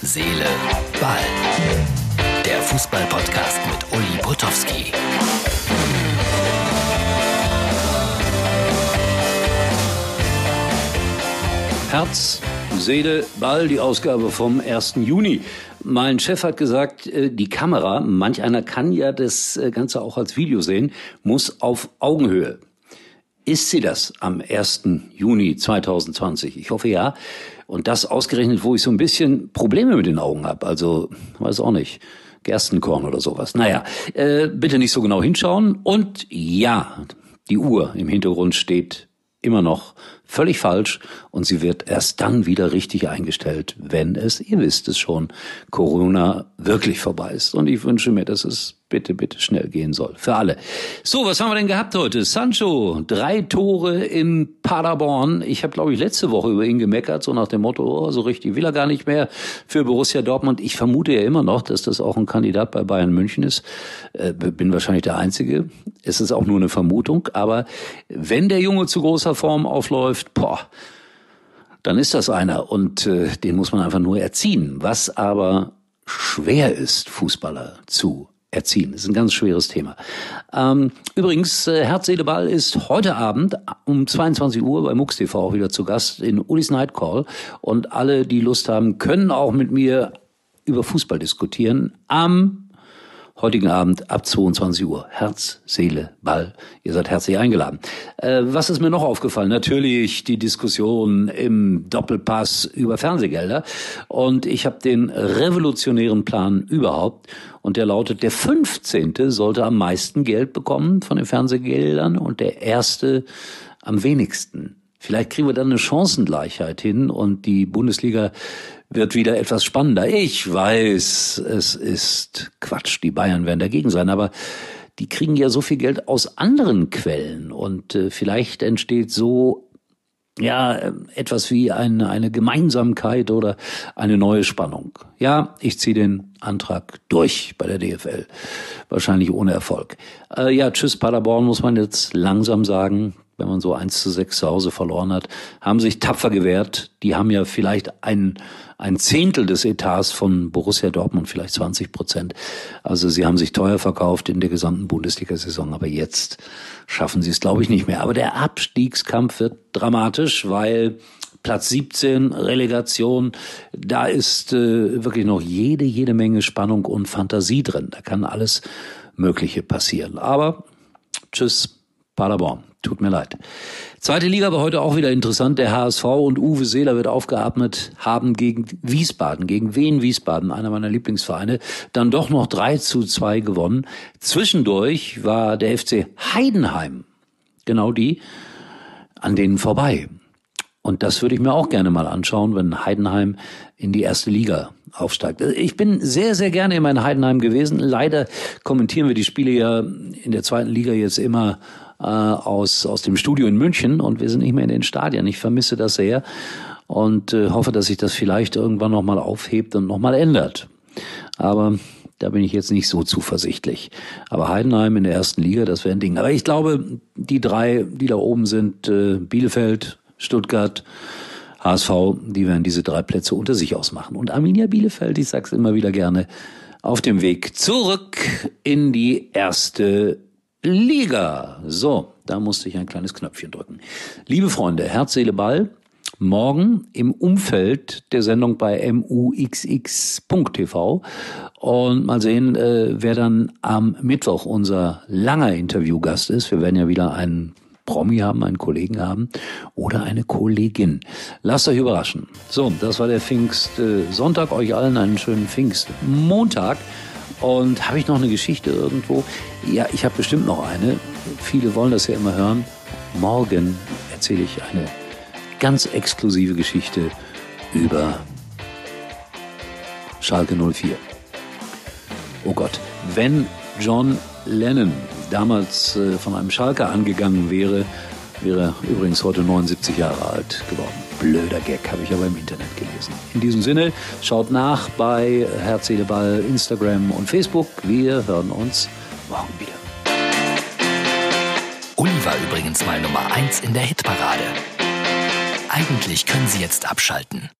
Seele, Ball. Der Fußball-Podcast mit Uli Potowski. Herz, Seele, Ball, die Ausgabe vom 1. Juni. Mein Chef hat gesagt, die Kamera, manch einer kann ja das Ganze auch als Video sehen, muss auf Augenhöhe. Ist sie das am 1. Juni 2020? Ich hoffe ja. Und das ausgerechnet, wo ich so ein bisschen Probleme mit den Augen habe. Also, weiß auch nicht, Gerstenkorn oder sowas. Naja, bitte nicht so genau hinschauen. Und ja, die Uhr im Hintergrund steht immer noch völlig falsch und sie wird erst dann wieder richtig eingestellt, wenn es, ihr wisst es schon, Corona wirklich vorbei ist. Und ich wünsche mir, dass es bitte schnell gehen soll. Für alle. So, was haben wir denn gehabt heute? Sancho, 3 Tore in Paderborn. Ich habe, glaube ich, letzte Woche über ihn gemeckert, so nach dem Motto, oh, so richtig will er gar nicht mehr für Borussia Dortmund. Ich vermute ja immer noch, dass das auch ein Kandidat bei Bayern München ist. Bin wahrscheinlich der Einzige. Es ist auch nur eine Vermutung. Aber wenn der Junge zu großer Form aufläuft, dann ist das einer. Und den muss man einfach nur erziehen. Was aber schwer ist, Fußballer zu erziehen. Das ist ein ganz schweres Thema. Übrigens, Herz, Seele, Ball ist heute Abend um 22 Uhr bei MUX TV auch wieder zu Gast in Ulis Night Call. Und alle, die Lust haben, können auch mit mir über Fußball diskutieren am heutigen Abend ab 22 Uhr. Herz, Seele, Ball. Ihr seid herzlich eingeladen. Was ist mir noch aufgefallen? Natürlich die Diskussion im Doppelpass über Fernsehgelder. Und ich habe den revolutionären Plan überhaupt. Und der lautet, der 15. sollte am meisten Geld bekommen von den Fernsehgeldern und der 1. am wenigsten. Vielleicht kriegen wir dann eine Chancengleichheit hin und die Bundesliga wird wieder etwas spannender. Ich weiß, es ist Quatsch, die Bayern werden dagegen sein, aber die kriegen ja so viel Geld aus anderen Quellen und vielleicht entsteht so etwas wie eine Gemeinsamkeit oder eine neue Spannung. Ja, ich ziehe den Antrag durch bei der DFL. Wahrscheinlich ohne Erfolg. Tschüss Paderborn muss man jetzt langsam sagen. Wenn man so 1:6 zu Hause verloren hat, haben sich tapfer gewehrt. Die haben ja vielleicht ein Zehntel des Etats von Borussia Dortmund, vielleicht 20%. Also sie haben sich teuer verkauft in der gesamten Bundesliga-Saison. Aber jetzt schaffen sie es, glaube ich, nicht mehr. Aber der Abstiegskampf wird dramatisch, weil Platz 17, Relegation, da ist wirklich noch jede Menge Spannung und Fantasie drin. Da kann alles Mögliche passieren. Aber tschüss Paderborn. Tut mir leid. Zweite Liga war heute auch wieder interessant. Der HSV und Uwe Seeler wird aufgeatmet haben gegen Wiesbaden, gegen Wien Wiesbaden, einer meiner Lieblingsvereine, dann doch noch 3:2 gewonnen. Zwischendurch war der FC Heidenheim, genau die, an denen vorbei. Und das würde ich mir auch gerne mal anschauen, wenn Heidenheim in die 1. Liga aufsteigt. Ich bin sehr, sehr gerne in meinem Heidenheim gewesen. Leider kommentieren wir die Spiele ja in der 2. Liga jetzt immer aus dem Studio in München und wir sind nicht mehr in den Stadien. Ich vermisse das sehr und hoffe, dass sich das vielleicht irgendwann nochmal aufhebt und nochmal ändert. Aber da bin ich jetzt nicht so zuversichtlich. Aber Heidenheim in der 1. Liga, das wäre ein Ding. Aber ich glaube, die 3, die da oben sind, Bielefeld, Stuttgart, HSV, die werden diese 3 Plätze unter sich ausmachen. Und Arminia Bielefeld, ich sag's immer wieder gerne, auf dem Weg zurück in die 1. Liga. So, da musste ich ein kleines Knöpfchen drücken. Liebe Freunde, Herz, Seele, Ball. Morgen im Umfeld der Sendung bei muxx.tv. Und mal sehen, wer dann am Mittwoch unser langer Interviewgast ist. Wir werden ja wieder einen Promi haben, einen Kollegen haben oder eine Kollegin. Lasst euch überraschen. So, das war der Pfingstsonntag. Euch allen einen schönen Pfingstmontag. Und habe ich noch eine Geschichte irgendwo? Ja, ich habe bestimmt noch eine. Viele wollen das ja immer hören. Morgen erzähle ich eine ganz exklusive Geschichte über Schalke 04. Oh Gott, wenn John Lennon damals von einem Schalker angegangen wäre, wäre er übrigens heute 79 Jahre alt geworden. Blöder Gag, habe ich aber im Internet gelesen. In diesem Sinne, schaut nach bei Herz, Seele, Ball, Instagram und Facebook. Wir hören uns morgen wieder. Uli war übrigens mal Nummer 1 in der Hitparade. Eigentlich können Sie jetzt abschalten.